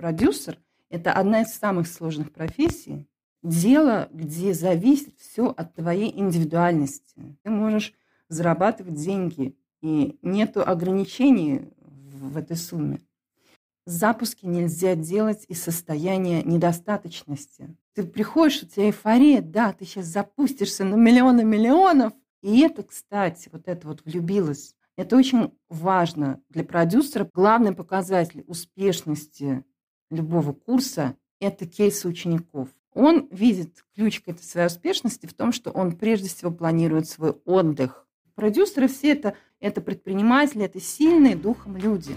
продюсер – это одна из самых сложных профессий. Дело, где зависит все от твоей индивидуальности. Ты можешь зарабатывать деньги, и нету ограничений в этой сумме. Запуски нельзя делать из состояния недостаточности. Ты приходишь, у тебя эйфория, да, ты сейчас запустишься на миллионы миллионов. И это, кстати, вот это вот влюбилась. Это очень важно для продюсера. Главный показатель успешности любого курса – это кейсы учеников. Он видит ключ к этой своей успешности в том, что он прежде всего планирует свой отдых. Продюсеры все это предприниматели, это сильные духом люди.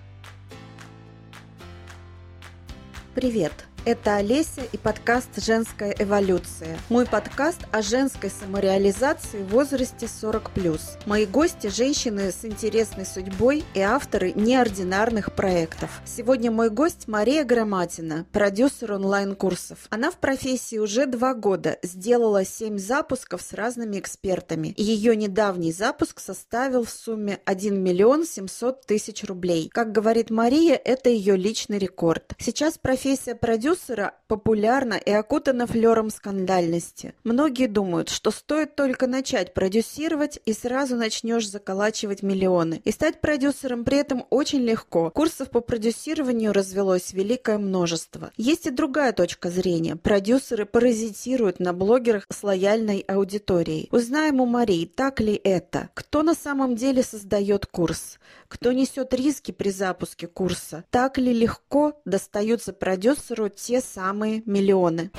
Привет! Это Олеся и подкаст «Женская эволюция». Мой подкаст о женской самореализации в возрасте 40+. Мои гости – женщины с интересной судьбой и авторы неординарных проектов. Сегодня мой гость Мария Громадина, продюсер онлайн-курсов. Она в профессии уже 2 года, сделала 7 запусков с разными экспертами. И ее недавний запуск составил в сумме 1 700 000 рублей. Как говорит Мария, это ее личный рекорд. Сейчас профессия продюсера популярна и окутана флером скандальности. Многие думают, что стоит только начать продюсировать, и сразу начнешь заколачивать миллионы. И стать продюсером при этом очень легко. Курсов по продюсированию развелось великое множество. Есть и другая точка зрения. Продюсеры паразитируют на блогерах с лояльной аудиторией. Узнаем у Марии, так ли это? Кто на самом деле создает курс? Кто несет риски при запуске курса? Так ли легко достаются продюсеру те самые миллионы?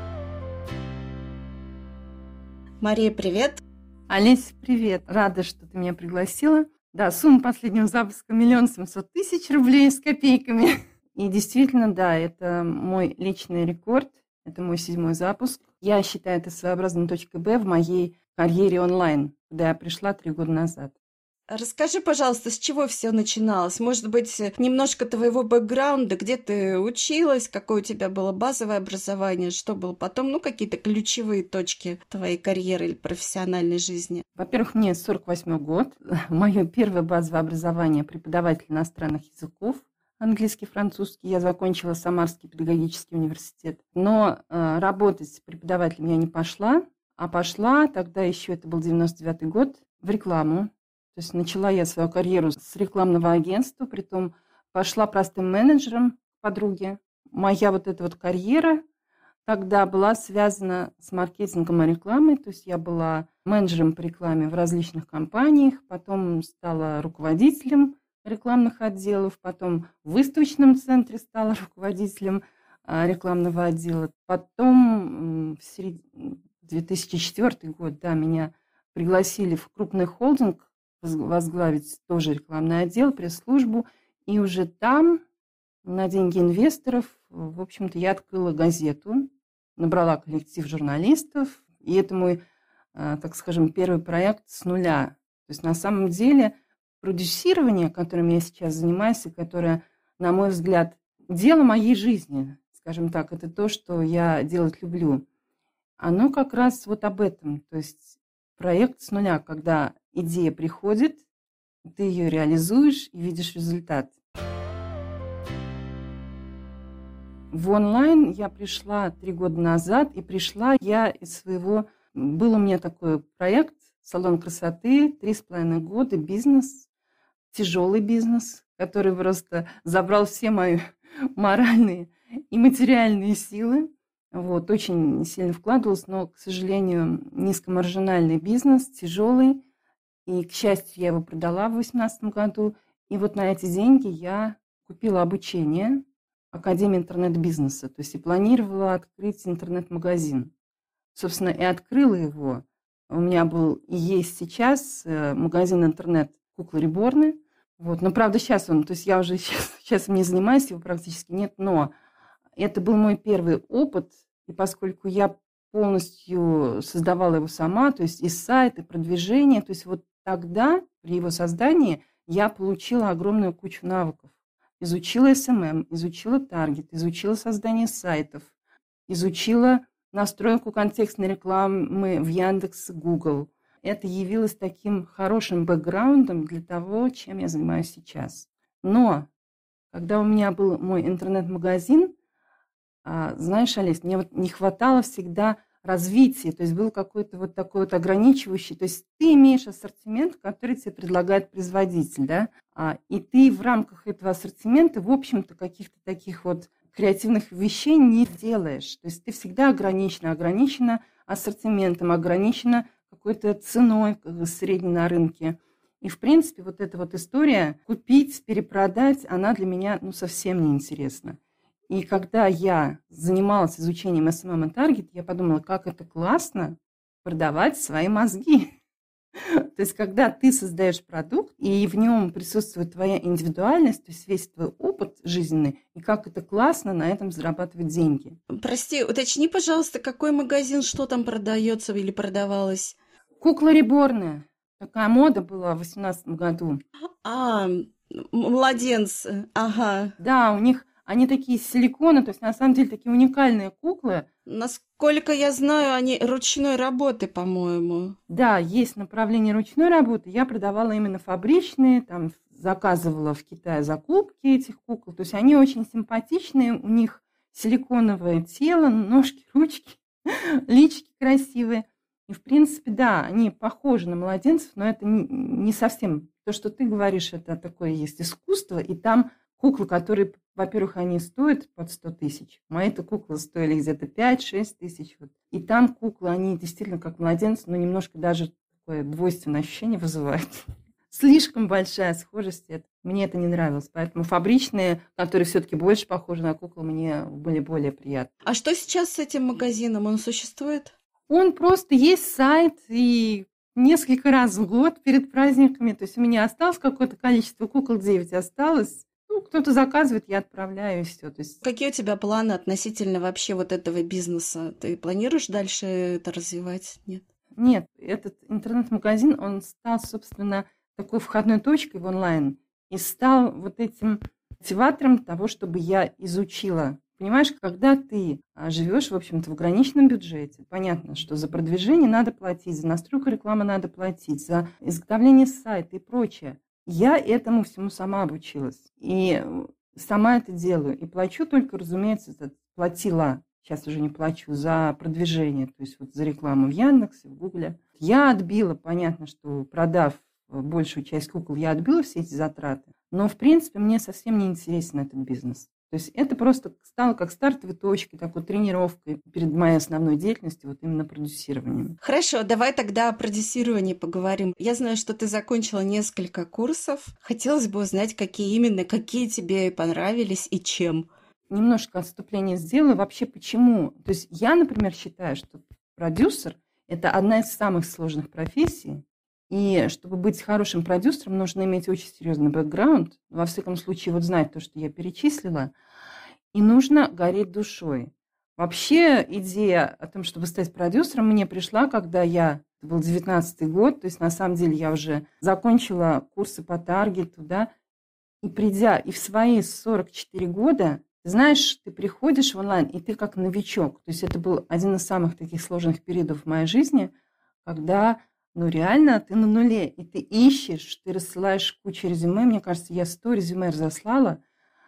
Мария, привет! Олеся, привет! Рада, что ты меня пригласила. Да, сумма последнего запуска 1 700 000 рублей с копейками. И действительно, да, это мой личный рекорд. Это мой 7-й запуск. Я считаю это своеобразной точкой Б в моей карьере онлайн, куда я пришла 3 года назад. Расскажи, пожалуйста, с чего все начиналось? Может быть, немножко твоего бэкграунда, где ты училась, какое у тебя было базовое образование, что было потом, какие-то ключевые точки твоей карьеры или профессиональной жизни? Во-первых, мне 48-й год. Мое первое базовое образование – преподаватель иностранных языков, английский, французский. Я закончила Самарский педагогический университет. Но работать преподавателем я не пошла, а пошла, тогда еще это был 99-й год, в рекламу. То есть начала я свою карьеру с рекламного агентства, притом пошла простым менеджером подруги. Моя вот эта вот карьера тогда была связана с маркетингом и рекламой. То есть я была менеджером по рекламе в различных компаниях, потом стала руководителем рекламных отделов, потом в выставочном центре стала руководителем рекламного отдела. Потом в 2004 год, да, меня пригласили в крупный холдинг возглавить тоже рекламный отдел, пресс-службу. И уже там, на деньги инвесторов, в общем-то, я открыла газету, набрала коллектив журналистов. И это мой, так скажем, первый проект с нуля. То есть на самом деле продюсирование, которым я сейчас занимаюсь, и которое, на мой взгляд, дело моей жизни, скажем так, это то, что я делать люблю, оно как раз вот об этом. То есть проект с нуля, когда идея приходит, ты ее реализуешь и видишь результат. В онлайн я пришла 3 года назад, и пришла я из своего... Был у меня такой проект, салон красоты, 3,5 года, бизнес, тяжелый бизнес, который просто забрал все мои моральные и материальные силы. Вот, очень сильно вкладывалась, но, к сожалению, низкомаржинальный бизнес, тяжелый. И, к счастью, я его продала в 2018 году. И вот на эти деньги я купила обучение Академии интернет-бизнеса. То есть и планировала открыть интернет-магазин. Собственно, и открыла его. У меня был и есть сейчас магазин интернет «Куклы Реборны». Вот. Но, правда, сейчас он... То есть я уже сейчас им не занимаюсь, его практически нет. Но это был мой первый опыт. И поскольку я полностью создавала его сама, то есть и сайт, и продвижение, то есть вот тогда, при его создании, я получила огромную кучу навыков. Изучила SMM, изучила таргет, изучила создание сайтов, изучила настройку контекстной рекламы в Яндекс, Google. Это явилось таким хорошим бэкграундом для того, чем я занимаюсь сейчас. Но Когда у меня был мой интернет-магазин, знаешь, Олесь, мне вот не хватало всегда развития, то есть был какой-то вот такой вот ограничивающий, то есть ты имеешь ассортимент, который тебе предлагает производитель, да, и ты в рамках этого ассортимента, в общем-то, каких-то таких вот креативных вещей не делаешь, то есть ты всегда ограничена ассортиментом, ограничена какой-то ценой средней на рынке. И, в принципе, вот эта вот история купить, перепродать, она для меня, совсем не интересна. И когда я занималась изучением SMM и Target, я подумала, как это классно продавать свои мозги. То есть, когда ты создаешь продукт, и в нем присутствует твоя индивидуальность, то есть весь твой опыт жизненный, и как это классно на этом зарабатывать деньги. Прости, уточни, пожалуйста, какой магазин, что там продается или продавалось? Кукла реборная. Такая мода была в 2018 году. Младенцы, ага. Да, у них они такие силиконы, то есть на самом деле такие уникальные куклы. Насколько я знаю, они ручной работы, по-моему. Да, есть направление ручной работы. Я продавала именно фабричные, там заказывала в Китае закупки этих кукол. То есть они очень симпатичные, у них силиконовое тело, ножки, ручки, личики красивые. И, в принципе, да, они похожи на младенцев, но это не совсем то, что ты говоришь, это такое есть искусство. И там куклы, которые, во-первых, они стоят под 100 тысяч. Мои-то куклы стоили где-то 5-6 тысяч. Вот. И там куклы, они действительно как младенцы, но немножко даже такое двойственное ощущение вызывают. Слишком большая схожесть. Мне это не нравилось. Поэтому фабричные, которые все-таки больше похожи на куклы, мне были более приятны. А что сейчас с этим магазином? Он существует? Он просто есть сайт, и несколько раз в год перед праздниками, то есть у меня осталось какое-то количество кукол, 9 осталось. Кто-то заказывает, я отправляю, и все. То есть... Какие у тебя планы относительно вообще вот этого бизнеса? Ты планируешь дальше это развивать? Нет? Нет, этот интернет-магазин, он стал, собственно, такой входной точкой в онлайн и стал вот этим мотиватором того, чтобы я изучила. Понимаешь, когда ты живешь, в общем-то, в ограниченном бюджете, понятно, что за продвижение надо платить, за настройку рекламы надо платить, за изготовление сайта и прочее. Я этому всему сама обучилась. И сама это делаю. И плачу только, разумеется, платила, сейчас уже не плачу, за продвижение, то есть вот за рекламу в Яндексе, в Гугле. Я отбила, понятно, что продав большую часть кукол, я отбила все эти затраты. Но, в принципе, мне совсем не интересен этот бизнес. То есть это просто стало как стартовой точкой, такой тренировкой перед моей основной деятельностью, вот именно продюсированием. Хорошо, давай тогда о продюсировании поговорим. Я знаю, что ты закончила несколько курсов. Хотелось бы узнать, какие именно, какие тебе понравились и чем. Немножко отступление сделаю. Вообще почему? То есть я, например, считаю, что продюсер – это одна из самых сложных профессий. И чтобы быть хорошим продюсером, нужно иметь очень серьезный бэкграунд, во всяком случае, вот знать то, что я перечислила, и нужно гореть душой. Вообще идея о том, чтобы стать продюсером, мне пришла, когда это был 19-й год, то есть на самом деле я уже закончила курсы по таргету, да, и придя, и в свои 44 года, знаешь, ты приходишь в онлайн, и ты как новичок. То есть это был один из самых таких сложных периодов в моей жизни, когда... реально, ты на нуле, и ты ищешь, ты рассылаешь кучу резюме. Мне кажется, я 100 резюме разослала,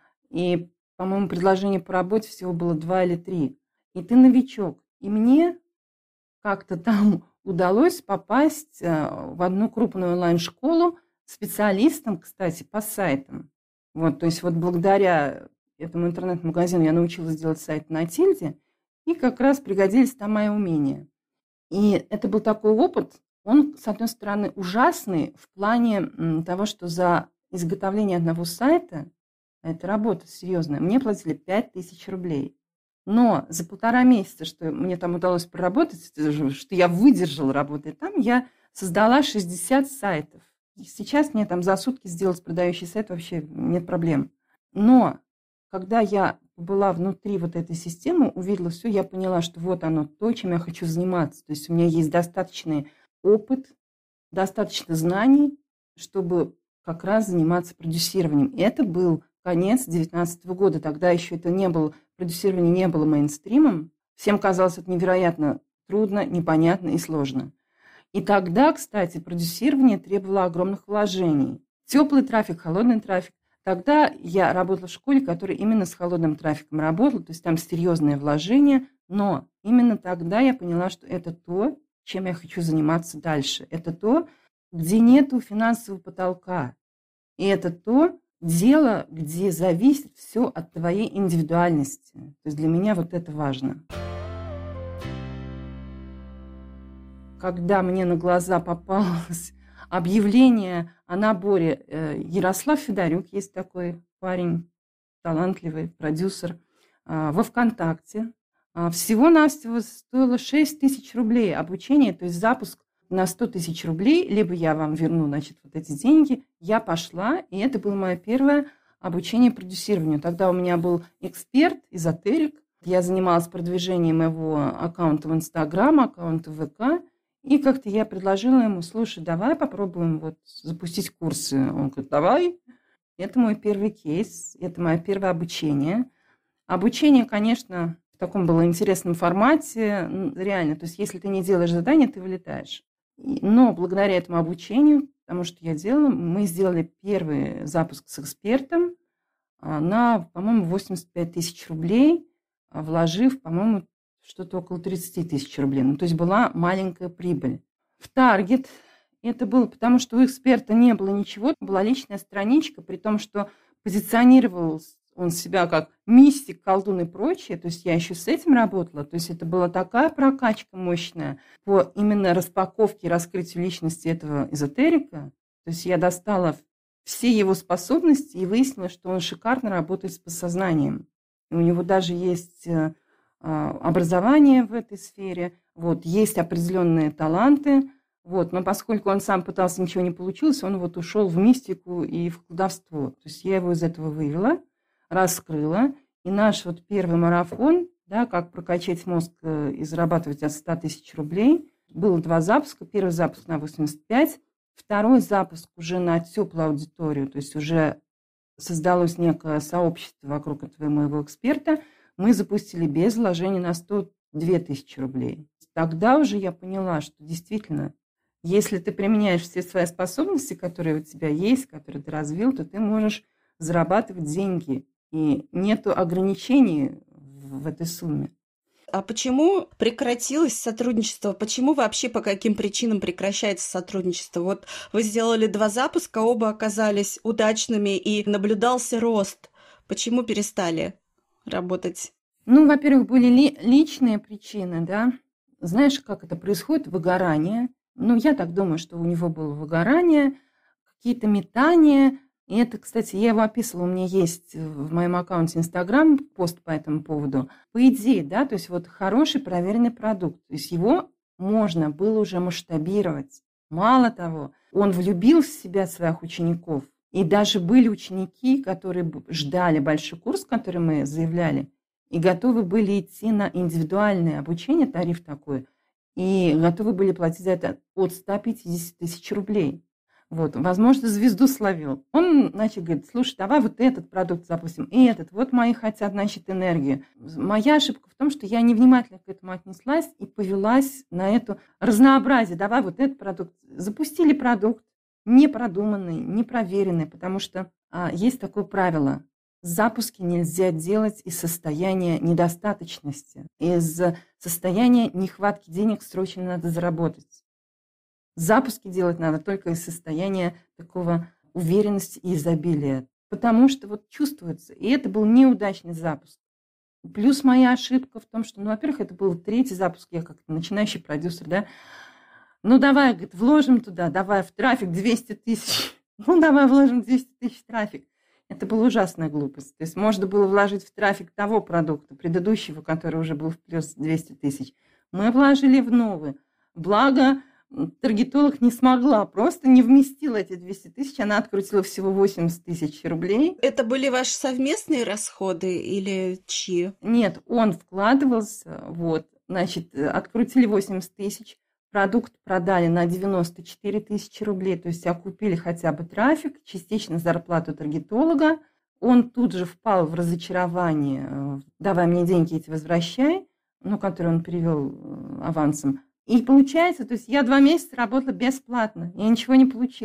и, по-моему, предложений по работе всего было 2 или 3. И ты новичок. И мне как-то там удалось попасть в одну крупную онлайн-школу специалистом, кстати, по сайтам. Вот, то есть вот благодаря этому интернет-магазину я научилась делать сайт на Тильде, и как раз пригодились там мои умения. И это был такой опыт. Он, с одной стороны, ужасный в плане того, что за изготовление одного сайта, это работа серьезная, мне платили 5000 рублей. Но за 1,5 месяца, что мне там удалось проработать, что я выдержала работать там, я создала 60 сайтов. И сейчас мне там за сутки сделать продающий сайт вообще нет проблем. Но когда я была внутри вот этой системы, увидела все, я поняла, что вот оно, то, чем я хочу заниматься. То есть у меня есть достаточный опыт, достаточно знаний, чтобы как раз заниматься продюсированием. И это был конец 2019 года. Тогда еще это не было, продюсирование не было мейнстримом. Всем казалось это невероятно трудно, непонятно и сложно. И тогда, кстати, продюсирование требовало огромных вложений. Теплый трафик, холодный трафик. Тогда я работала в школе, которая именно с холодным трафиком работала, то есть там серьезные вложения, но именно тогда я поняла, что это то, чем я хочу заниматься дальше. Это то, где нету финансового потолка. И это то дело, где зависит все от твоей индивидуальности. То есть для меня вот это важно. Когда мне на глаза попалось объявление о наборе, Ярослав Федорюк, есть такой парень, талантливый продюсер, во ВКонтакте. Всего-навсего стоило 6 тысяч рублей обучение, то есть запуск на 100 тысяч рублей, либо я вам верну, значит, вот эти деньги. Я пошла, и это было мое первое обучение продюсированию. Тогда у меня был эксперт, эзотерик. Я занималась продвижением его аккаунта в Инстаграм, аккаунта в ВК. И как-то я предложила ему: слушай, давай попробуем вот запустить курсы. Он говорит: давай. Это мой первый кейс, это мое первое обучение. Обучение, конечно, в таком было интересном формате, реально. То есть если ты не делаешь задания, ты вылетаешь. Но благодаря этому обучению, тому, что я делала, мы сделали первый запуск с экспертом на, по-моему, 85 тысяч рублей, вложив, по-моему, что-то около 30 тысяч рублей. Ну, то есть была маленькая прибыль. В таргет это было потому, что у эксперта не было ничего, была личная страничка, при том, что позиционировал он себя как мистик, колдун и прочее. То есть я еще с этим работала. То есть это была такая прокачка мощная по именно распаковке и раскрытию личности этого эзотерика. То есть я достала все его способности и выяснила, что он шикарно работает с подсознанием. И у него даже есть образование в этой сфере, вот, есть определенные таланты. Вот, но поскольку он сам пытался, ничего не получилось, он вот ушел в мистику и в колдовство. То есть я его из этого вывела, раскрыла. И наш вот первый марафон, да, как прокачать мозг и зарабатывать от 100 тысяч рублей, было 2 запуска. Первый запуск на 85, второй запуск уже на теплую аудиторию. То есть уже создалось некое сообщество вокруг этого моего эксперта. Мы запустили без вложений на 102 тысячи рублей. Тогда уже я поняла, что действительно, если ты применяешь все свои способности, которые у тебя есть, которые ты развил, то ты можешь зарабатывать деньги. И нету ограничений в этой сумме. А почему прекратилось сотрудничество? Почему вообще, по каким причинам прекращается сотрудничество? Вот вы сделали 2 запуска, оба оказались удачными и наблюдался рост. Почему перестали работать? Ну, во-первых, были личные причины, да. Знаешь, как это происходит? Выгорание. Ну, я так думаю, что у него было выгорание, какие-то метания. И это, кстати, я его описывала, у меня есть в моем аккаунте Инстаграм пост по этому поводу. По идее, да, то есть вот хороший проверенный продукт. То есть его можно было уже масштабировать. Мало того, он влюбил в себя своих учеников. И даже были ученики, которые ждали большой курс, который мы заявляли, и готовы были идти на индивидуальное обучение, тариф такой, и готовы были платить за это от 150 тысяч рублей. Вот, возможно, звезду словил. Он, значит, говорит: слушай, давай вот этот продукт запустим, и этот. Вот мои хотят, значит, энергию. Моя ошибка в том, что я невнимательно к этому отнеслась и повелась на это разнообразие. Давай вот этот продукт. Запустили продукт непродуманный, непроверенный, потому что есть такое правило. Запуски нельзя делать из состояния недостаточности, из состояния нехватки денег срочно надо заработать. Запуски делать надо только из состояния такого уверенности и изобилия, потому что вот чувствуется. И это был неудачный запуск. Плюс моя ошибка в том, что, ну, во-первых, это был 3-й запуск, я как начинающий продюсер, да. Ну, давай, говорит, вложим туда, давай в трафик 200 тысяч. Ну, давай вложим 200 тысяч в трафик. Это была ужасная глупость. То есть можно было вложить в трафик того продукта, предыдущего, который уже был в плюс 200 тысяч. Мы вложили в новый. Благо, таргетолог не смогла, просто не вместила эти 200 тысяч, она открутила всего 80 тысяч рублей. Это были ваши совместные расходы или чьи? Нет, он вкладывался, вот, значит, открутили 80 тысяч, продукт продали на 94 тысячи рублей, то есть окупили хотя бы трафик, частично зарплату таргетолога. Он тут же впал в разочарование: давай мне деньги эти возвращай, ну, которые он перевел авансом. И получается, то есть я 2 месяца работала бесплатно, я ничего не получила.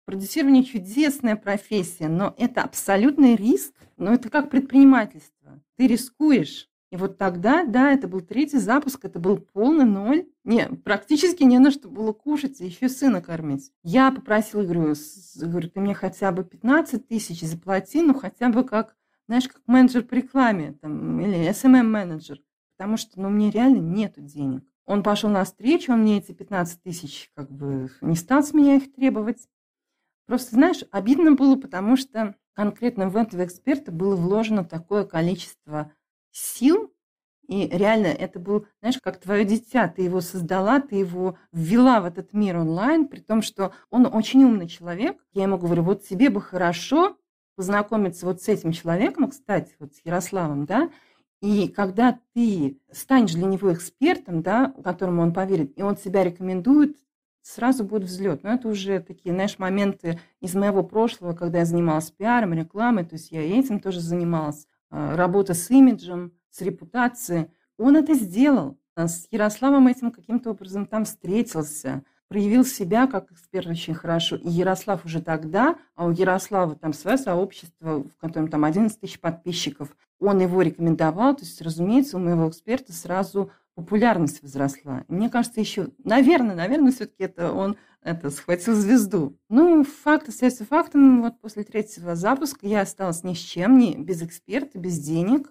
Продюсирование чудесная профессия, но это абсолютный риск. Но это как предпринимательство. Ты рискуешь. И вот тогда, да, это был 3-й запуск, это был полный ноль. Практически не на что было кушать, и еще сына кормить. Я попросила, говорю, ты мне хотя бы 15 тысяч заплати, ну хотя бы как, знаешь, как менеджер по рекламе там, или SMM-менеджер. Потому что, мне реально нету денег. Он пошел навстречу, он мне эти 15 тысяч как бы не стал с меня их требовать. Просто, знаешь, обидно было, потому что конкретно в этого эксперта было вложено такое количество сил, и реально это был, знаешь, как твое дитя, ты его создала, ты его ввела в этот мир онлайн, при том, что он очень умный человек. Я ему говорю, вот тебе бы хорошо познакомиться вот с этим человеком, кстати, вот с Ярославом, да, и когда ты станешь для него экспертом, да, которому он поверит, и он тебя рекомендует, сразу будет взлет. Но это уже такие, знаешь, моменты из моего прошлого, когда я занималась пиаром, рекламой, то есть я этим тоже занималась. Работа с имиджем, с репутацией. Он это сделал. С Ярославом этим каким-то образом там встретился, проявил себя как эксперт очень хорошо. И Ярослав уже тогда, а у Ярослава там свое сообщество, в котором там 11 тысяч подписчиков, он его рекомендовал. То есть, разумеется, у моего эксперта сразу популярность возросла. И мне кажется, еще, наверное, все-таки это он схватил звезду. Факт остается фактом. Вот после 3-го запуска я осталась ни с чем, без эксперта, без денег.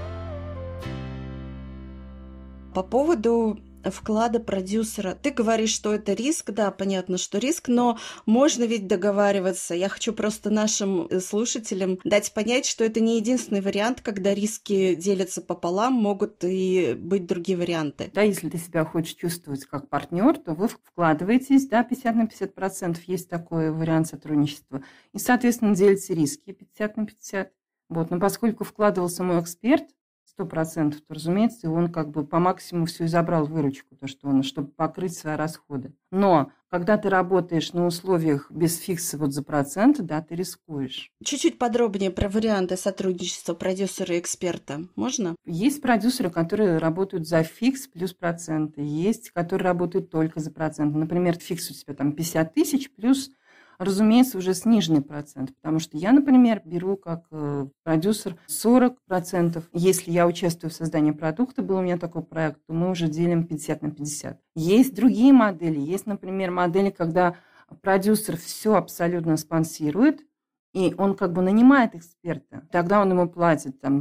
По поводу вклада продюсера. Ты говоришь, что это риск. Да, понятно, что риск, но можно ведь договариваться. Я хочу просто нашим слушателям дать понять, что это не единственный вариант, когда риски делятся пополам, могут и быть другие варианты. Да, если ты себя хочешь чувствовать как партнер, то вы вкладываетесь, да, 50 на 50%. Есть такой вариант сотрудничества. И, соответственно, делите риски 50 на 50. Вот. Но поскольку вкладывался мой эксперт, 100%, то, разумеется, он как бы по максимуму все и забрал выручку, чтобы покрыть свои расходы. Но когда ты работаешь на условиях без фикса вот за проценты, да, ты рискуешь. Чуть-чуть подробнее про варианты сотрудничества продюсера и эксперта. Можно? Есть продюсеры, которые работают за фикс плюс проценты. Есть, которые работают только за проценты. Например, фикс у тебя там 50 тысяч плюс, разумеется, уже сниженный процент, потому что я, например, беру как продюсер 40%. Если я участвую в создании продукта, был у меня такой проект, то мы уже делим 50 на 50. Есть другие модели. Есть, например, модели, когда продюсер все абсолютно спонсирует, и он как бы нанимает эксперта. Тогда он ему платит там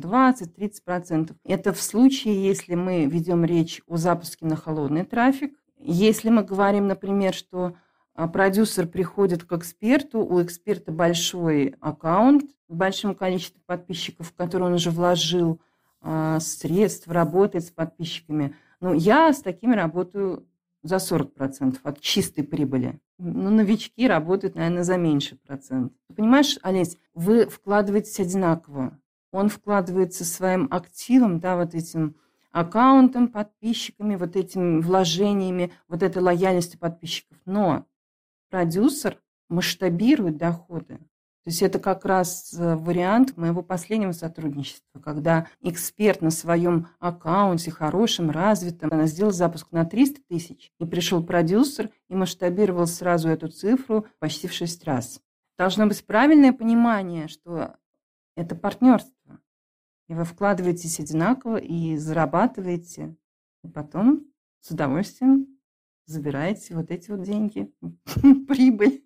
20-30%. Это в случае, если мы ведем речь о запуске на холодный трафик. Если мы говорим, например, что продюсер приходит к эксперту, у эксперта большой аккаунт с большим количеством подписчиков, в который он уже вложил средств, работает с подписчиками. Я с такими работаю за 40% от чистой прибыли. Новички работают, наверное, за меньше процент. Понимаешь, Олесь, вы вкладываетесь одинаково. Он вкладывается своим активом, да, вот этим аккаунтом, подписчиками, вот этими вложениями, вот этой лояльностью подписчиков. Но продюсер масштабирует доходы. То есть это как раз вариант моего последнего сотрудничества, когда эксперт на своем аккаунте, хорошем, развитом, она сделала запуск на 300 тысяч, и пришел продюсер и масштабировал сразу эту цифру почти в 6 раз. Должно быть правильное понимание, что это партнерство. И вы вкладываетесь одинаково и зарабатываете, и потом с удовольствием забираете вот эти вот деньги, прибыль.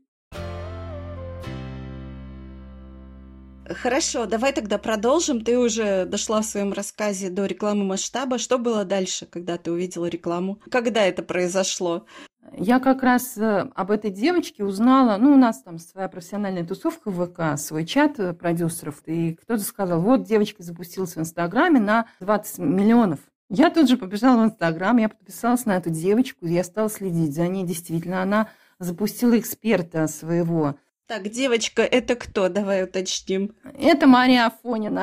Хорошо, давай тогда продолжим. Ты уже дошла в своем рассказе до рекламы масштаба. Что было дальше, когда ты увидела рекламу? Когда это произошло? Я как раз об этой девочке узнала, у нас там своя профессиональная тусовка в ВК, свой чат продюсеров, и кто-то сказал, вот девочка запустилась в Инстаграме на 20 миллионов. Я тут же побежала в Инстаграм, я подписалась на эту девочку, я стала следить за ней. Действительно, она запустила эксперта своего. Так, девочка, это кто? Давай уточним. Это Мария Афонина.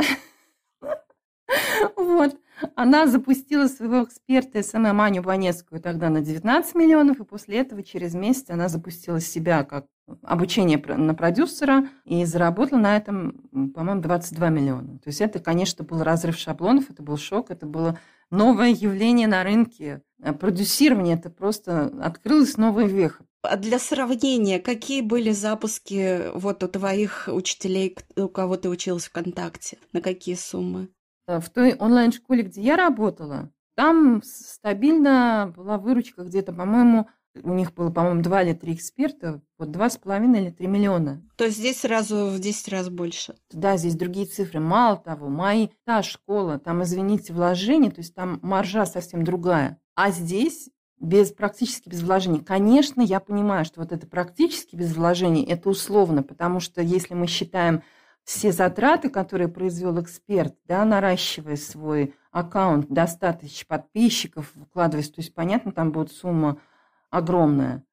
Вот. Она запустила своего эксперта СММ Аню Банецкую тогда на 19 миллионов, и после этого через месяц она запустила себя как обучение на продюсера и заработала на этом, по-моему, 22 миллиона. То есть это, конечно, был разрыв шаблонов, это был шок, это было новое явление на рынке. Продюсирование – это просто открылась новая веха. А для сравнения, какие были запуски вот у твоих учителей, у кого ты училась ВКонтакте? На какие суммы? В той онлайн-школе, где я работала, там стабильно была выручка где-то, по-моему, у них было, по-моему, 2 или 3 эксперта, вот 2,5 или 3 миллиона. То есть здесь сразу в 10 раз больше. Да, здесь другие цифры. Мало того, та школа, там, извините, вложения, то есть там маржа совсем другая. А здесь практически без вложений. Конечно, я понимаю, что вот это практически без вложений, это условно, потому что если мы считаем все затраты, которые произвел эксперт, да, наращивая свой аккаунт до 100 тысяч подписчиков, вкладываясь, то есть, понятно, там будет сумма огромная.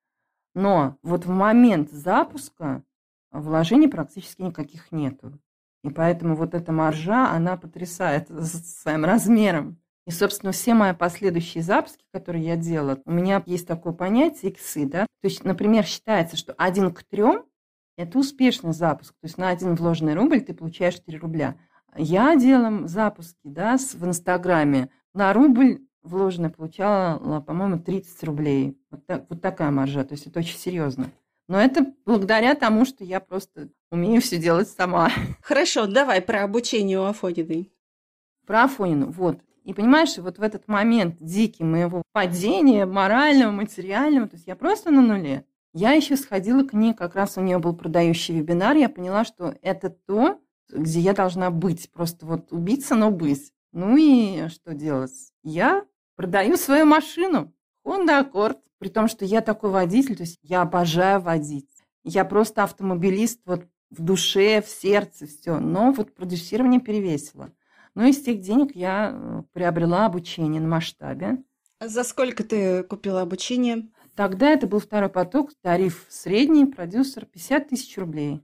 Но вот в момент запуска вложений практически никаких нету. И поэтому вот эта маржа, она потрясает своим размером. И, собственно, все мои последующие запуски, которые я делала, у меня есть такое понятие иксы, да. То есть, например, считается, что 1 к 3 – это успешный запуск. То есть на 1 вложенный рубль ты получаешь 3 рубля. Я делала запуски, да, в Инстаграме. На рубль вложенный получала, по-моему, 30 рублей. Вот такая маржа. То есть это очень серьезно. Но это благодаря тому, что я просто умею все делать сама. Хорошо, давай про обучение у Афониной. Про Афонину, вот. И понимаешь, вот в этот момент дикий моего падения морального, материального, то есть я просто на нуле. Я еще сходила к ней, как раз у нее был продающий вебинар, я поняла, что это то, где я должна быть, просто вот убиться, но быть. Ну и что делать? Я продаю свою машину, Honda Accord, при том, что я такой водитель, то есть я обожаю водить. Я просто автомобилист вот в душе, в сердце, все, но вот продюсирование перевесило. Ну, из тех денег я приобрела обучение на масштабе. А за сколько ты купила обучение? Тогда это был второй поток, тариф средний, продюсер 50 тысяч рублей.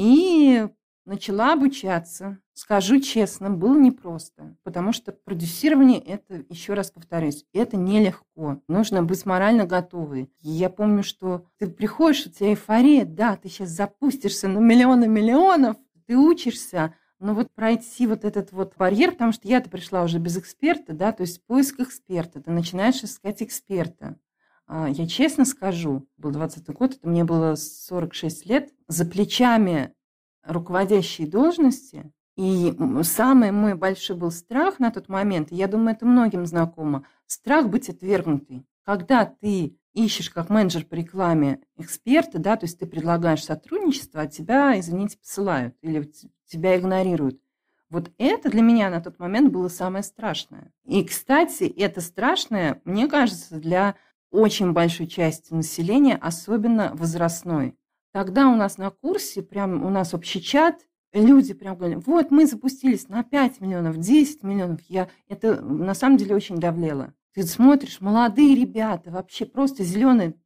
И начала обучаться. Скажу честно, было непросто, потому что продюсирование, это, еще раз повторюсь, это нелегко. Нужно быть морально готовой. И я помню, что ты приходишь, у тебя эйфория, да, ты сейчас запустишься на миллионы миллионов, ты учишься, но вот пройти вот этот вот барьер, потому что я-то пришла уже без эксперта, да, то есть поиск эксперта, ты начинаешь искать эксперта. Я честно скажу, был 20-й год, это мне было 46 лет, за плечами руководящие должности, и самый мой большой был страх на тот момент, и я думаю, это многим знакомо, страх быть отвергнутой. Когда ты ищешь как менеджер по рекламе эксперта, да, то есть ты предлагаешь сотрудничество, а тебя, извините, посылают или тебя игнорируют. Вот это для меня на тот момент было самое страшное. И, кстати, это страшное, мне кажется, для очень большой части населения, особенно возрастной. Тогда у нас на курсе, прям у нас общий чат, люди прям говорили, вот мы запустились на 5 миллионов, 10 миллионов. Это на самом деле очень давлело. Ты смотришь, молодые ребята, вообще просто зеленые,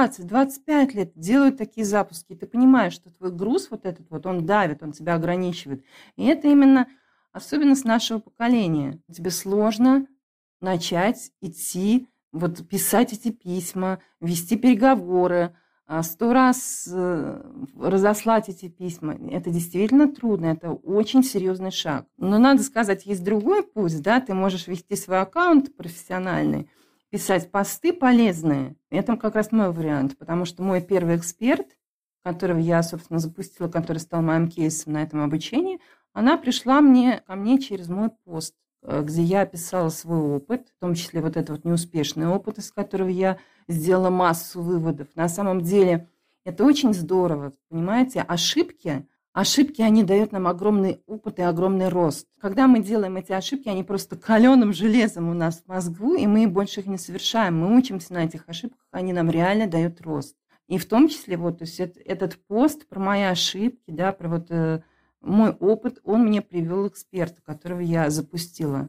20-25 лет делают такие запуски. Ты понимаешь, что твой груз вот этот вот, он давит, он тебя ограничивает. И это именно особенность нашего поколения. Тебе сложно начать идти, вот писать эти письма, вести переговоры, 100 раз разослать эти письма. Это действительно трудно, это очень серьезный шаг. Но надо сказать, есть другой путь, да, ты можешь вести свой аккаунт профессиональный, писать посты полезные. Это как раз мой вариант, потому что мой первый эксперт, которого я, собственно, запустила, который стал моим кейсом на этом обучении, она пришла ко мне через мой пост, где я описала свой опыт, в том числе вот этот вот неуспешный опыт, из которого я сделала массу выводов. На самом деле это очень здорово, понимаете? Ошибки, они дают нам огромный опыт и огромный рост. Когда мы делаем эти ошибки, они просто каленым железом у нас в мозгу, и мы больше их не совершаем. Мы учимся на этих ошибках, они нам реально дают рост. И в том числе вот, то есть этот пост про мои ошибки, да, про вот мой опыт, он мне привел эксперта, которого я запустила.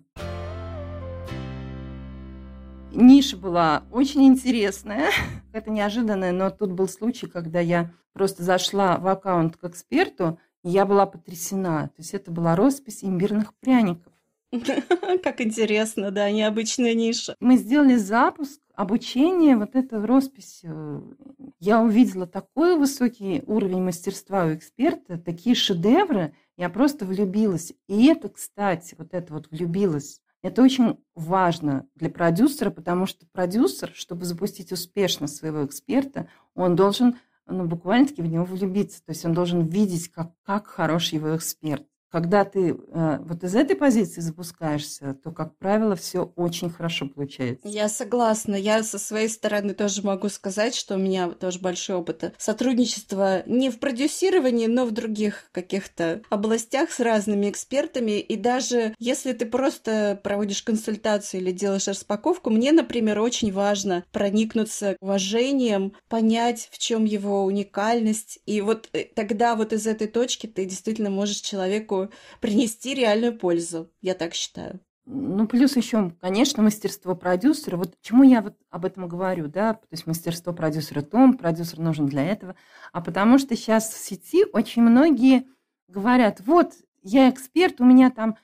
Ниша была очень интересная, это неожиданное, но тут был случай, когда я просто зашла в аккаунт к эксперту, и я была потрясена. То есть это была роспись имбирных пряников. Как интересно, да, необычная ниша. Мы сделали запуск, обучение, вот эта роспись. Я увидела такой высокий уровень мастерства у эксперта, такие шедевры, я просто влюбилась. И это, кстати, вот это вот влюбилась. Это очень важно для продюсера, потому что продюсер, чтобы запустить успешно своего эксперта, он должен буквально-таки в него влюбиться. То есть он должен видеть, как хорош его эксперт. Когда ты вот из этой позиции запускаешься, то, как правило, все очень хорошо получается. Я согласна. Я со своей стороны тоже могу сказать, что у меня тоже большой опыт сотрудничества не в продюсировании, но в других каких-то областях с разными экспертами. И даже если ты просто проводишь консультацию или делаешь распаковку, мне, например, очень важно проникнуться уважением, понять, в чем его уникальность. И вот тогда вот из этой точки ты действительно можешь человеку принести реальную пользу. Я так считаю. Плюс еще, конечно, мастерство продюсера. Вот почему я вот об этом говорю, да, то есть мастерство продюсера продюсер нужен для этого, а потому что сейчас в сети очень многие говорят, вот, я эксперт, у меня там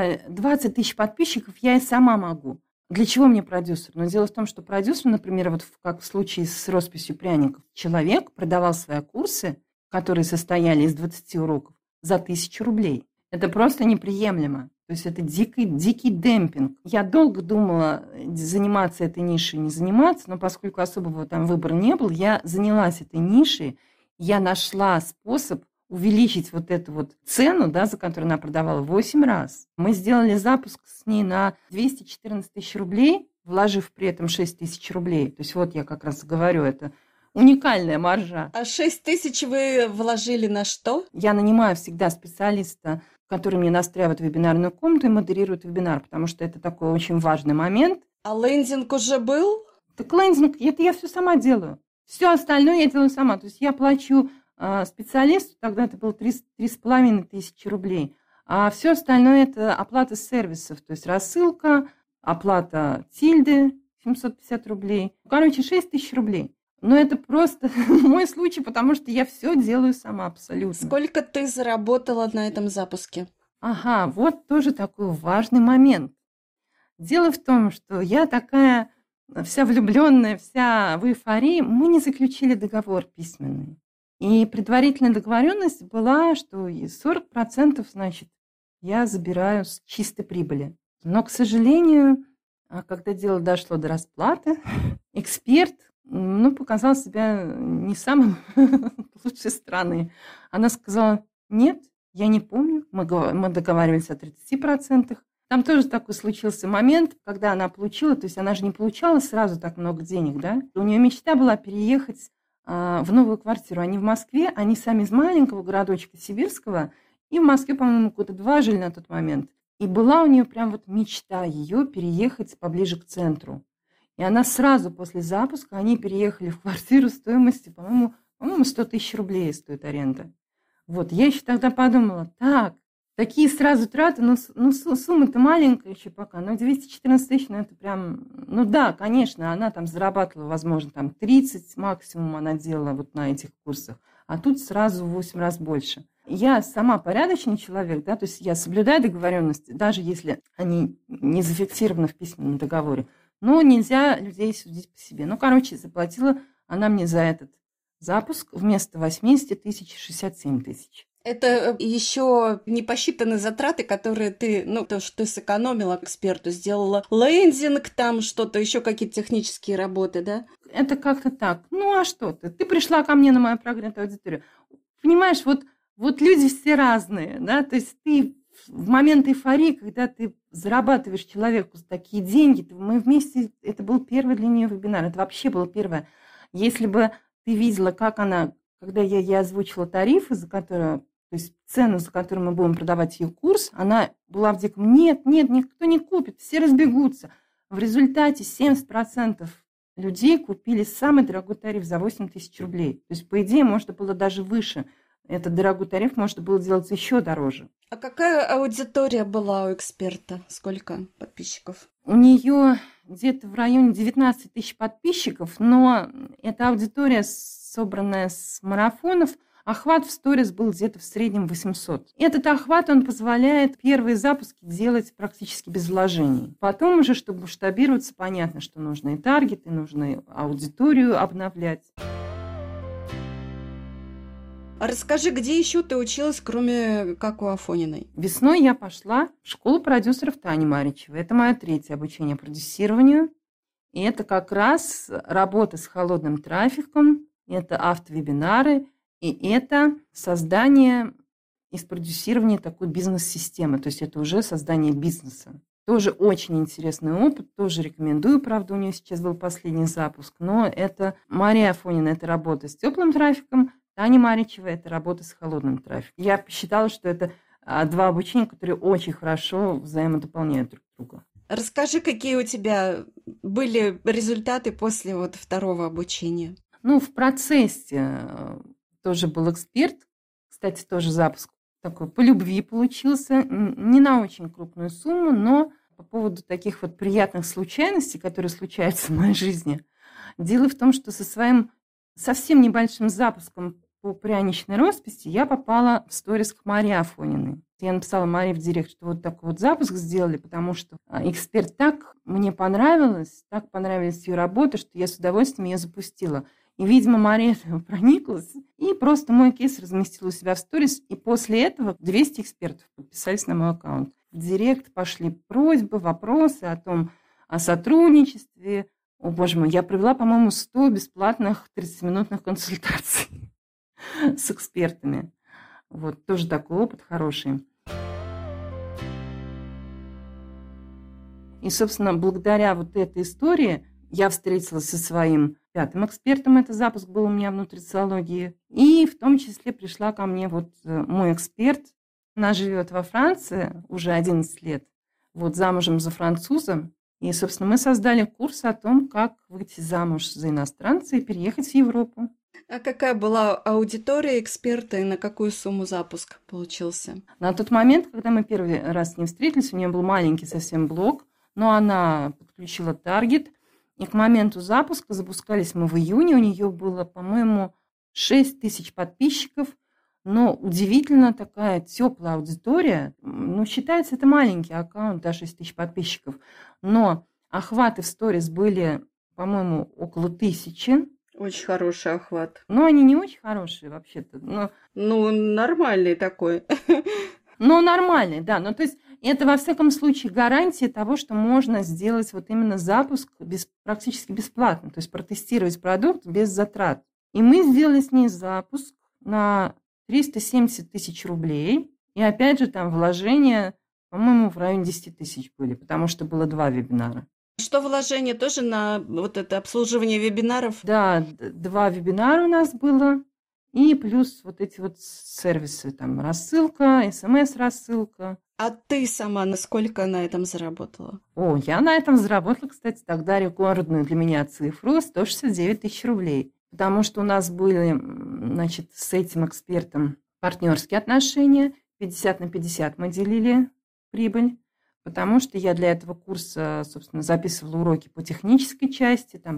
20 тысяч подписчиков, я и сама могу. Для чего мне продюсер? Но дело в том, что продюсер, например, вот как в случае с росписью пряников, человек продавал свои курсы, которые состояли из 20 уроков, за 1000 рублей. Это просто неприемлемо. То есть это дикий демпинг. Я долго думала, заниматься этой нишей, не заниматься, но поскольку особого там выбора не было, я занялась этой нишей, я нашла способ увеличить вот эту вот цену, да, за которую она продавала, 8 раз. Мы сделали запуск с ней на 214 тысяч рублей, вложив при этом 6 тысяч рублей. То есть вот я как раз говорю, это уникальная маржа. А 6 тысяч вы вложили на что? Я нанимаю всегда специалиста, который мне настраивает вебинарную комнату и модерирует вебинар, потому что это такой очень важный момент. А лендинг уже был? Так лендинг, это я все сама делаю. Все остальное я делаю сама. То есть я плачу специалисту, тогда это было 3,5 тысячи рублей. А все остальное это оплата сервисов, то есть рассылка, оплата тильды 750 рублей. Короче, 6 тысяч рублей. Но это просто мой случай, потому что я все делаю сама абсолютно. Сколько ты заработала на этом запуске? Ага, вот тоже такой важный момент. Дело в том, что я такая вся влюбленная, вся в эйфории, мы не заключили договор письменный. И предварительная договоренность была, что 40%, значит, я забираю с чистой прибыли. Но, к сожалению, когда дело дошло до расплаты, эксперт показал себя не самой лучшей стороны. Она сказала, нет, я не помню, мы договаривались о 30%. Там тоже такой случился момент, когда она получила, то есть она же не получала сразу так много денег, да? У нее мечта была переехать в новую квартиру. Они в Москве, они сами из маленького городочка сибирского, и в Москве, по-моему, года 2 жили на тот момент. И была у нее прям вот мечта ее переехать поближе к центру. И она сразу после запуска, они переехали в квартиру стоимостью, по-моему, 100 тысяч рублей стоит аренда. Вот, я еще тогда подумала, такие сразу траты, сумма-то маленькая еще пока, но 214 тысяч, это прям, да, конечно, она там зарабатывала, возможно, там 30 максимум она делала вот на этих курсах, а тут сразу в 8 раз больше. Я сама порядочный человек, да, то есть я соблюдаю договоренности, даже если они не зафиксированы в письменном договоре, но нельзя людей судить по себе. Заплатила она мне за этот запуск вместо 80 тысяч 67 тысяч. Это еще не посчитаны затраты, которые ты, то, что ты сэкономила эксперту, сделала лендинг, там что-то, еще какие-то технические работы, да? Это как-то так. А что ты? Ты пришла ко мне на мою прогретую аудиторию. Понимаешь, вот люди все разные, да, то есть ты в момент эйфории, когда ты зарабатываешь человеку такие деньги, мы вместе, это был первый для нее вебинар, это вообще было первое. Если бы ты видела, как она, когда я ей озвучила тарифы, то есть цену, за которую мы будем продавать ее курс, она была в диком нет, никто не купит, все разбегутся. В результате 70% людей купили самый дорогой тариф за 8 тысяч рублей. То есть, по идее, можно было даже выше. Этот дорогой тариф можно было делать еще дороже. А какая аудитория была у эксперта? Сколько подписчиков? У нее где-то в районе 19 тысяч подписчиков, но эта аудитория, собранная с марафонов, охват в сторис был где-то в среднем 800. Этот охват, он позволяет первые запуски делать практически без вложений. Потом уже, чтобы масштабироваться, понятно, что нужно и таргеты, нужно и аудиторию обновлять. А расскажи, где еще ты училась, кроме как у Афониной? Весной я пошла в школу продюсеров Тани Маричевой. Это мое третье обучение продюсированию. И это как раз работа с холодным трафиком, это автовебинары, и это создание и спродюсирование такой бизнес-системы. То есть это уже создание бизнеса. Тоже очень интересный опыт, тоже рекомендую. Правда, у нее сейчас был последний запуск. Но это Мария Афонина, это работа с теплым трафиком, Таня Маричева, это работа с холодным трафиком. Я посчитала, что это два обучения, которые очень хорошо взаимодополняют друг друга. Расскажи, какие у тебя были результаты после вот второго обучения? Ну, в процессе тоже был эксперт. Кстати, тоже запуск такой по любви получился. Не на очень крупную сумму, но по поводу таких вот приятных случайностей, которые случаются в моей жизни. Дело в том, что со своим совсем небольшим запуском по пряничной росписи я попала в сторис к Марии Афониной. Я написала Марии в директ, что вот такой вот запуск сделали, потому что эксперт так мне понравилась, так понравились ее работы, что я с удовольствием ее запустила. И, видимо, Мария прониклась и просто мой кейс разместила у себя в сторис. И после этого 200 экспертов подписались на мой аккаунт. В директ пошли просьбы, вопросы о сотрудничестве. О, боже мой, я провела, по-моему, 100 бесплатных 30-минутных консультаций с экспертами. Вот, тоже такой опыт хороший. И, собственно, благодаря вот этой истории я встретилась со своим пятым экспертом, это запуск был у меня в нутрициологии, и в том числе пришла ко мне вот мой эксперт, она живет во Франции уже 11 лет, вот замужем за французом, и, собственно, мы создали курс о том, как выйти замуж за иностранца и переехать в Европу. А какая была аудитория эксперта и на какую сумму запуск получился? На тот момент, когда мы первый раз с ней встретились, у нее был маленький совсем блог, но она подключила таргет. И к моменту запуска, запускались мы в июне, у нее было, по-моему, 6 тысяч подписчиков. Но удивительно такая теплая аудитория. Ну, считается, это маленький аккаунт, да, 6 тысяч подписчиков. Но охваты в сторис были, по-моему, около 1000. Очень хороший охват. Но они не очень хорошие вообще-то. Ну, нормальный такой. Ну, нормальный, да. Ну, то есть это, во всяком случае, гарантия того, что можно сделать вот именно запуск практически бесплатно. То есть протестировать продукт без затрат. И мы сделали с ней запуск на 370 тысяч рублей. И опять же там вложения, по-моему, в районе 10 тысяч были, потому что было 2 вебинара. Что вложение тоже на вот это обслуживание вебинаров? Да, 2 вебинара у нас было. И плюс вот эти вот сервисы, там рассылка, смс-рассылка. А ты сама насколько на этом заработала? О, я на этом заработала, кстати, тогда рекордную для меня цифру 169 тысяч рублей. Потому что у нас были, значит, с этим экспертом партнерские отношения. 50 на 50 мы делили прибыль. Потому что я для этого курса, собственно, записывала уроки по технической части, там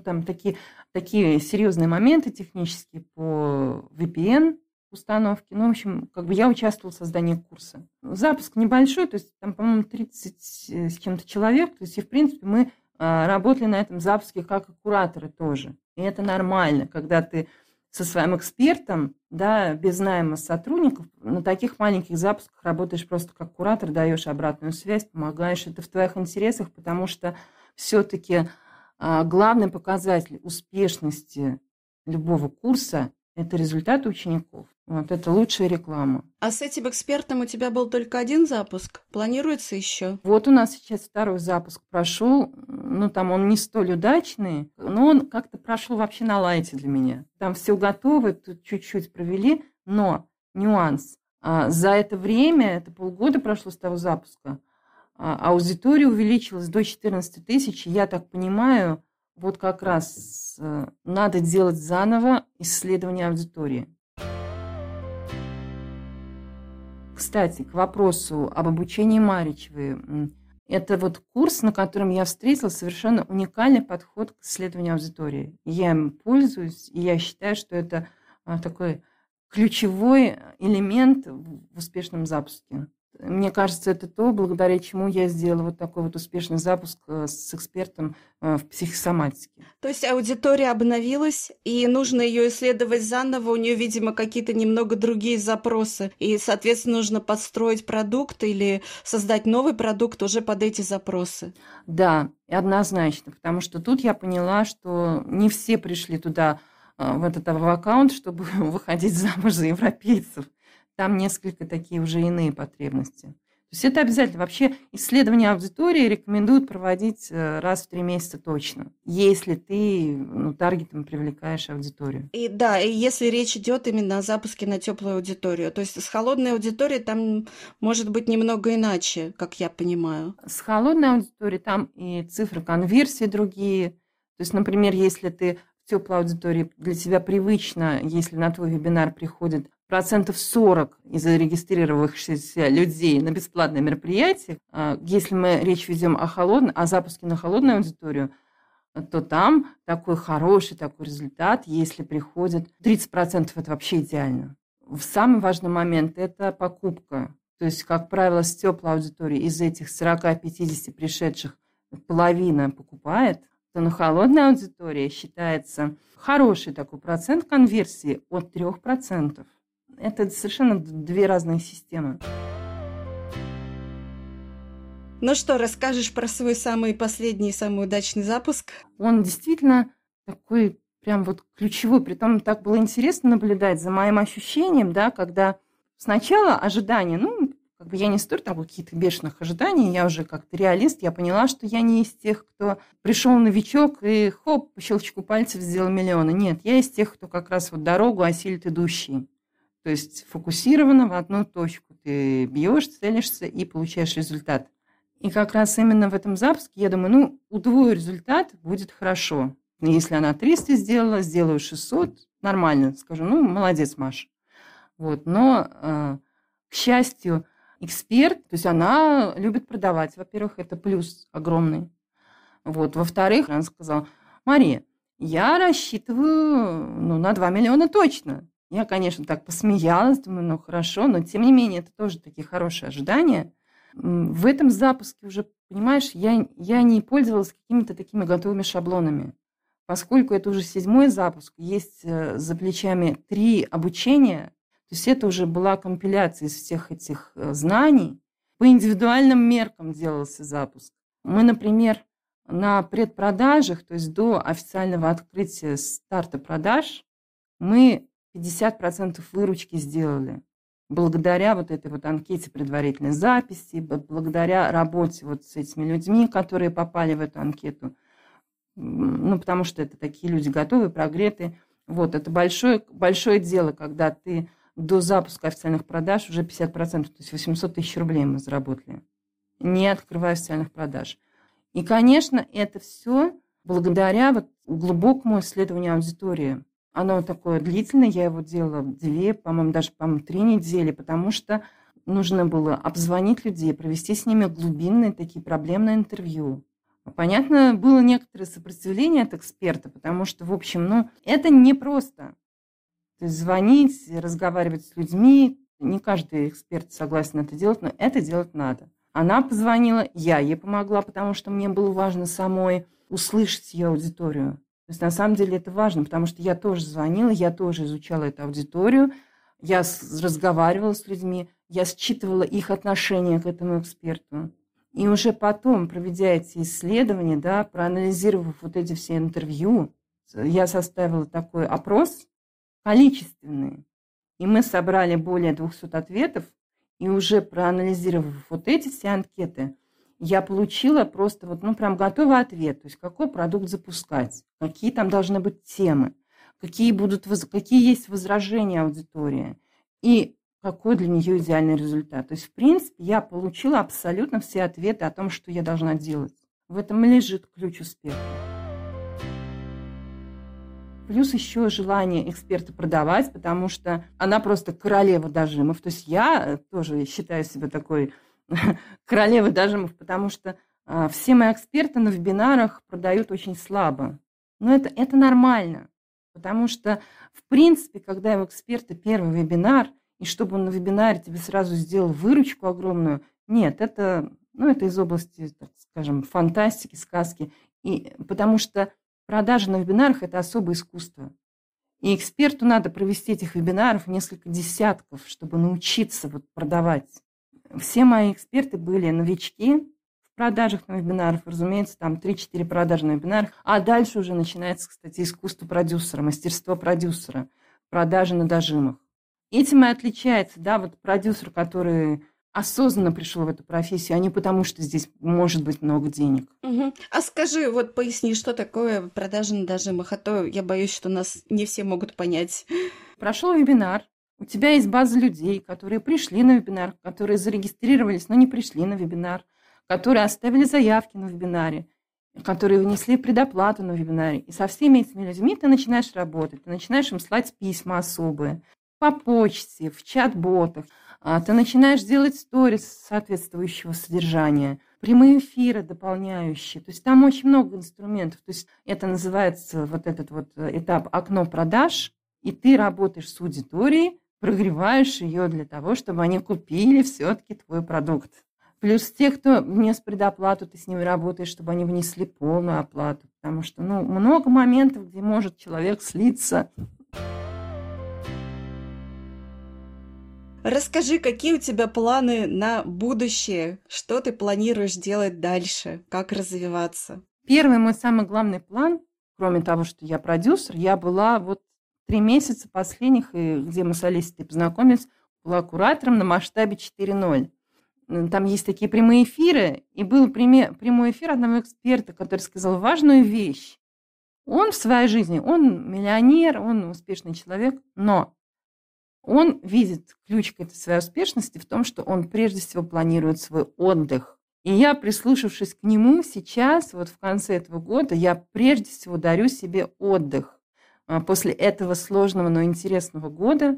такие серьезные моменты технические по VPN установке. Ну, в общем, как бы я участвовала в создании курса. Запуск небольшой, то есть там, по-моему, 30 с чем-то человек. То есть, и, в принципе, мы работали на этом запуске как и кураторы тоже. И это нормально, когда ты со своим экспертом, да, без найма сотрудников, на таких маленьких запусках работаешь просто как куратор, даешь обратную связь, помогаешь. Это в твоих интересах, потому что все-таки главный показатель успешности любого курса – это результаты учеников. Вот это лучшая реклама. А с этим экспертом у тебя был только один запуск? Планируется еще? Вот у нас сейчас второй запуск прошел. Ну, там он не столь удачный, но он как-то прошел вообще на лайте для меня. Там все готово, тут чуть-чуть провели, но нюанс. За это время, это полгода прошло с того запуска, аудитория увеличилась до 14 тысяч. Я так понимаю, вот как раз надо делать заново исследование аудитории. Кстати, к вопросу об обучении Маричевой. Это вот курс, на котором я встретила совершенно уникальный подход к исследованию аудитории. Я им пользуюсь, и я считаю, что это такой ключевой элемент в успешном запуске. Мне кажется, это то, благодаря чему я сделала вот такой вот успешный запуск с экспертом в психосоматике. То есть аудитория обновилась, и нужно ее исследовать заново. У нее, видимо, какие-то немного другие запросы. И, соответственно, нужно подстроить продукт или создать новый продукт уже под эти запросы. Да, однозначно, потому что тут я поняла, что не все пришли туда, в этот аккаунт, чтобы выходить замуж за европейцев. Там несколько такие уже иные потребности. То есть это обязательно. Вообще исследование аудитории рекомендуют проводить раз в 3 месяца точно, если ты таргетом привлекаешь аудиторию. И да, и если речь идет именно о запуске на теплую аудиторию. То есть с холодной аудиторией там может быть немного иначе, как я понимаю. С холодной аудиторией там и цифры конверсии другие. То есть, например, если ты в теплой аудитории, для тебя привычно, если на твой вебинар приходит 40% из зарегистрировавшихся людей на бесплатное мероприятие, если мы речь ведем о запуске на холодную аудиторию, то там такой хороший такой результат, если приходит 30%, это вообще идеально. Самый важный момент – это покупка. То есть, как правило, с теплой аудитории из этих 40-50 пришедших половина покупает, то на холодной аудитории считается хороший такой процент конверсии от 3%. Это совершенно 2 разные системы. Ну что, расскажешь про свой самый последний, самый удачный запуск? Он действительно такой прям вот ключевой. Притом так было интересно наблюдать за моим ощущением, да, когда сначала ожидания, я не стою там каких-то бешеных ожиданий, я уже как-то реалист, я поняла, что я не из тех, кто пришел новичок и хоп, по щелчку пальцев сделал миллионы. Нет, я из тех, кто как раз вот дорогу осилит идущий. То есть фокусированно в одну точку ты бьешь, целишься и получаешь результат. И как раз именно в этом запуске я думаю, удвою результат будет хорошо. Если она 300 сделала, сделаю 600, нормально, скажу, молодец, Маша. Вот. Но, к счастью, эксперт, то есть она любит продавать. Во-первых, это плюс огромный. Вот. Во-вторых, она сказала: Мария, я рассчитываю на 2 миллиона точно. Я, конечно, так посмеялась, думаю, хорошо, но тем не менее, это тоже такие хорошие ожидания. В этом запуске уже, понимаешь, я не пользовалась какими-то такими готовыми шаблонами. Поскольку это уже 7-й запуск, есть за плечами 3 обучения, то есть это уже была компиляция из всех этих знаний. По индивидуальным меркам делался запуск. Мы, например, на предпродажах, то есть до официального открытия старта продаж, мы 50% выручки сделали. Благодаря вот этой вот анкете предварительной записи, благодаря работе вот с этими людьми, которые попали в эту анкету. Потому что это такие люди готовые, прогретые. Вот, это большое дело, когда ты до запуска официальных продаж уже 50%, то есть 800 тысяч рублей мы заработали, не открывая официальных продаж. И, конечно, это все благодаря вот глубокому исследованию аудитории. Оно такое длительное, я его делала 2, по-моему, даже 3 недели, потому что нужно было обзвонить людей, провести с ними глубинные такие проблемные интервью. Понятно, было некоторое сопротивление от эксперта, потому что, в общем, это непросто. То есть звонить, разговаривать с людьми, не каждый эксперт согласен это делать, но это делать надо. Она позвонила, я ей помогла, потому что мне было важно самой услышать ее аудиторию. То есть на самом деле это важно, потому что я тоже звонила, я тоже изучала эту аудиторию, я разговаривала с людьми, я считывала их отношение к этому эксперту. И уже потом, проведя эти исследования, да, проанализировав вот эти все интервью, я составила такой опрос количественный. И мы собрали более 200 ответов, и уже проанализировав вот эти все анкеты, я получила просто прям готовый ответ. То есть какой продукт запускать, какие там должны быть темы, какие есть возражения аудитории и какой для нее идеальный результат. То есть, в принципе, я получила абсолютно все ответы о том, что я должна делать. В этом и лежит ключ успеха. Плюс еще желание эксперта продавать, потому что она просто королева дожимов. То есть я тоже считаю себя такой королевой дожимов, потому что все мои эксперты на вебинарах продают очень слабо. Но это нормально, потому что, в принципе, когда у эксперта первый вебинар, и чтобы он на вебинаре тебе сразу сделал выручку огромную. Нет, это из области, так скажем, фантастики, сказки. И потому что продажи на вебинарах – это особое искусство. И эксперту надо провести этих вебинаров несколько десятков, чтобы научиться продавать. Все мои эксперты были новички в продажах на вебинарах. Разумеется, там 3-4 продажи на вебинарах. А дальше уже начинается, кстати, искусство продюсера, мастерство продюсера, продажи на дожимах. Этим и отличается, продюсер, который осознанно пришел в эту профессию, а не потому, что здесь может быть много денег. Угу. А скажи, поясни, что такое продажи на дожимах, а то я боюсь, что нас не все могут понять. Прошел вебинар, у тебя есть база людей, которые пришли на вебинар, которые зарегистрировались, но не пришли на вебинар, которые оставили заявки на вебинаре, которые внесли предоплату на вебинаре. И со всеми этими людьми ты начинаешь работать, ты начинаешь им слать письма особые, по почте, в чат-ботах. Ты начинаешь делать сторис соответствующего содержания, прямые эфиры дополняющие. То есть там очень много инструментов. То есть это называется этот этап окно продаж, и ты работаешь с аудиторией, прогреваешь ее для того, чтобы они купили все-таки твой продукт. Плюс те, кто внес предоплату, ты с ними работаешь, чтобы они внесли полную оплату. Потому что много моментов, где может человек слиться. Расскажи, какие у тебя планы на будущее? Что ты планируешь делать дальше? Как развиваться? Первый мой самый главный план, кроме того, что я продюсер, я была 3 месяца последних, где мы с Олесей познакомились, была куратором на масштабе 4.0. Там есть такие прямые эфиры, и был прямой эфир одного эксперта, который сказал важную вещь. Он в своей жизни, он миллионер, он успешный человек, но он видит ключ к этой своей успешности в том, что он прежде всего планирует свой отдых. И я, прислушавшись к нему, сейчас, в конце этого года, я прежде всего дарю себе отдых. После этого сложного, но интересного года,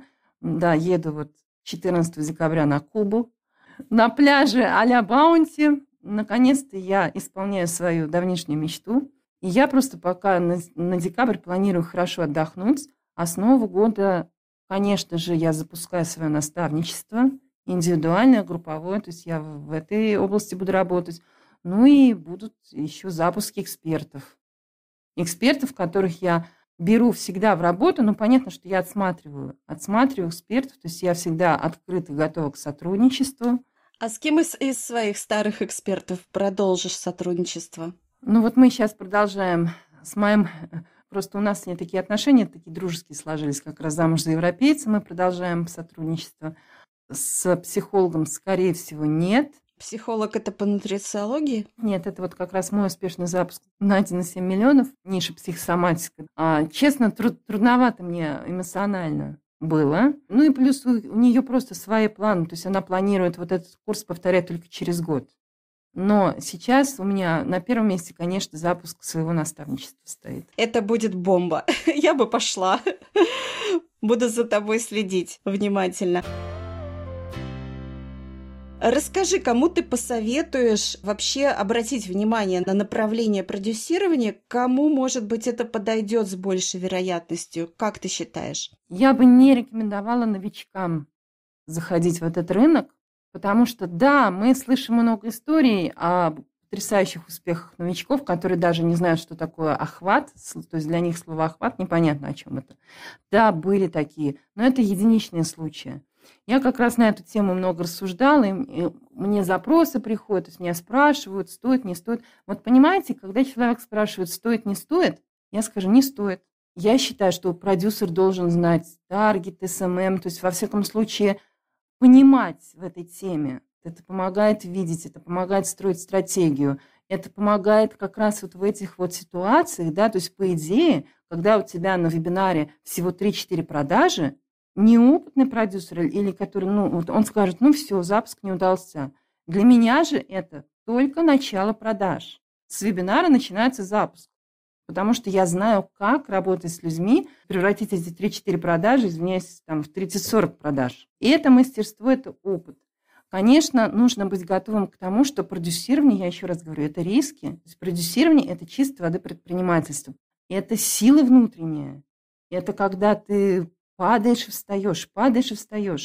еду 14 декабря на Кубу, на пляже а-ля Баунти. Наконец-то я исполняю свою давнишнюю мечту. И я просто пока на декабрь планирую хорошо отдохнуть, а с Нового года, конечно же, я запускаю свое наставничество, индивидуальное, групповое, то есть я в этой области буду работать. И будут еще запуски экспертов. Экспертов, которых я беру всегда в работу, понятно, что я отсматриваю экспертов, то есть я всегда открыта и готова к сотрудничеству. А с кем из своих старых экспертов продолжишь сотрудничество? Мы сейчас продолжаем с моим... Просто у нас с ней такие отношения, такие дружеские сложились, как раз замуж за европейца. Мы продолжаем сотрудничество. С психологом, скорее всего, нет. Психолог – это по нутрициологии? Нет, это как раз мой успешный запуск на 1,7 миллионов, ниша психосоматика. Честно, трудновато мне эмоционально было. И плюс у нее просто свои планы. То есть она планирует этот курс повторять только через год. Но сейчас у меня на первом месте, конечно, запуск своего наставничества стоит. Это будет бомба. Я бы пошла. Буду за тобой следить внимательно. Расскажи, кому ты посоветуешь вообще обратить внимание на направление продюсирования, кому, может быть, это подойдет с большей вероятностью? Как ты считаешь? Я бы не рекомендовала новичкам заходить в этот рынок, потому что, мы слышим много историй о потрясающих успехах новичков, которые даже не знают, что такое охват, то есть для них слово «охват» непонятно, о чем это. Да, были такие, но это единичные случаи. Я как раз на эту тему много рассуждала, и мне запросы приходят, то есть меня спрашивают, стоит, не стоит. Понимаете, когда человек спрашивает, стоит, не стоит, я скажу, не стоит. Я считаю, что продюсер должен знать таргет, СММ, то есть, во всяком случае, понимать в этой теме. Это помогает видеть, это помогает строить стратегию. Это помогает как раз в этих ситуациях, то есть, по идее, когда у тебя на вебинаре всего 3-4 продажи, неопытный продюсер или который, он скажет, все, запуск не удался. Для меня же это только начало продаж. С вебинара начинается запуск. Потому что я знаю, как работать с людьми, превратить эти 3-4 продажи, извиняюсь, в 30-40 продаж. И это мастерство, это опыт. Конечно, нужно быть готовым к тому, что продюсирование, я еще раз говорю, это риски. То есть продюсирование – это чистой воды предпринимательство. И это сила внутренняя. Это когда ты падаешь и встаешь.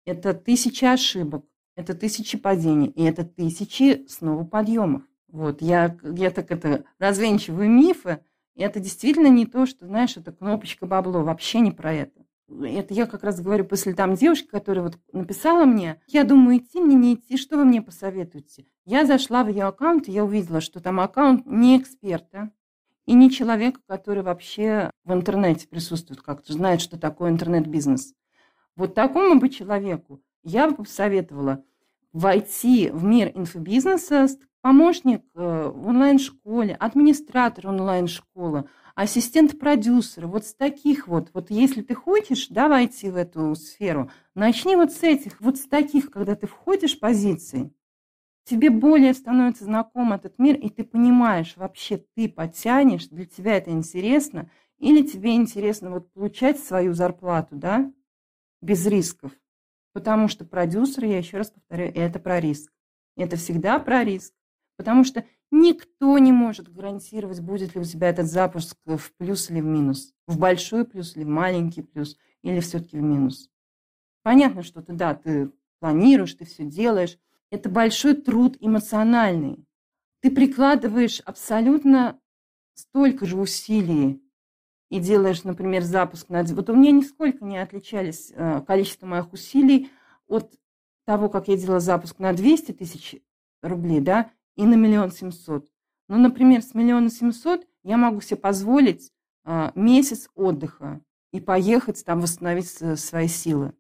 Это тысячи ошибок, это тысячи падений, и это тысячи снова подъемов. Вот, я так это развенчиваю мифы, и это действительно не то, что, знаешь, это кнопочка бабло, вообще не про это. Это я как раз говорю после там девушки, которая вот написала мне, я думаю, идти мне, не идти, что вы мне посоветуете? Я зашла в ее аккаунт, и я увидела, что там аккаунт не эксперта и не человека, который вообще в интернете присутствует, как-то знает, что такое интернет-бизнес. Вот такому бы человеку я бы посоветовала войти в мир инфобизнеса, помощник в онлайн-школе, администратор онлайн-школы, ассистент продюсера. Вот с таких вот если ты хочешь, да, войти в эту сферу, начни вот с этих, вот с таких, когда ты входишь в позиции, тебе более становится знаком этот мир, и ты понимаешь, вообще ты потянешь, для тебя это интересно, или тебе интересно вот получать свою зарплату, да, без рисков. Потому что продюсеры, я еще раз повторяю, это про риск. Это всегда про риск. Потому что никто не может гарантировать, будет ли у тебя этот запуск в плюс или в минус. В большой плюс или в маленький плюс, или все-таки в минус. Понятно, что ты планируешь, ты все делаешь. Это большой труд эмоциональный. Ты прикладываешь абсолютно столько же усилий и делаешь, например, запуск на... Вот у меня нисколько не отличались количество моих усилий от того, как я делала запуск на 200 тысяч рублей, да, и на 1 700 000. Ну, например, с 1 700 000 я могу себе позволить месяц отдыха и поехать там восстановить свои силы.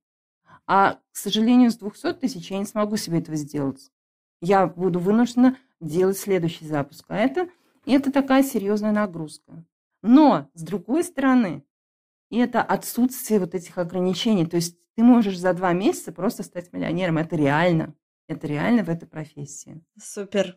А, к сожалению, с 200 тысяч я не смогу себе этого сделать. Я буду вынуждена делать следующий запуск. А это такая серьезная нагрузка. Но, с другой стороны, это отсутствие вот этих ограничений. То есть ты можешь за 2 месяца просто стать миллионером. Это реально. Это реально в этой профессии. Супер.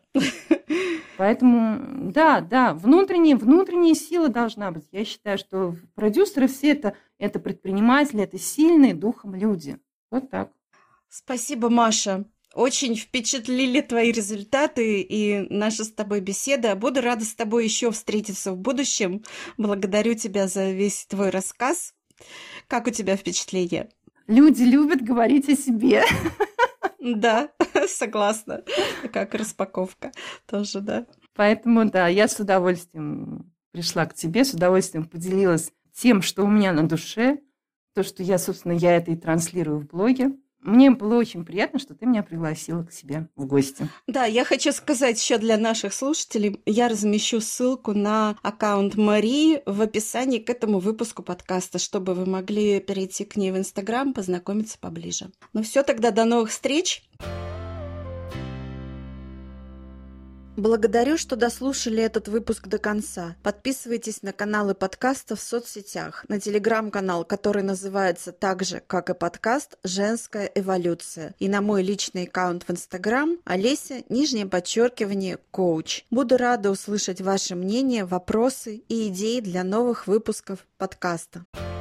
Поэтому, да, внутренняя сила должна быть. Я считаю, что продюсеры все это предприниматели, это сильные духом люди. Вот так. Спасибо, Маша. Очень впечатлили твои результаты и наша с тобой беседа. Буду рада с тобой еще встретиться в будущем. Благодарю тебя за весь твой рассказ. Как у тебя впечатление? Люди любят говорить о себе. Да, согласна. Как распаковка тоже, да. Поэтому, да, я с удовольствием пришла к тебе, с удовольствием поделилась тем, что у меня на душе, то, что я это и транслирую в блоге. Мне было очень приятно, что ты меня пригласила к себе в гости. Да, я хочу сказать еще для наших слушателей, я размещу ссылку на аккаунт Марии в описании к этому выпуску подкаста, чтобы вы могли перейти к ней в Инстаграм, познакомиться поближе. Ну все, тогда до новых встреч! Благодарю, что дослушали этот выпуск до конца. Подписывайтесь на каналы подкаста в соцсетях, на телеграм-канал, который называется так же, как и подкаст «Женская эволюция», и на мой личный аккаунт в Инстаграм Олеся_коуч. Буду рада услышать ваше мнение, вопросы и идеи для новых выпусков подкаста.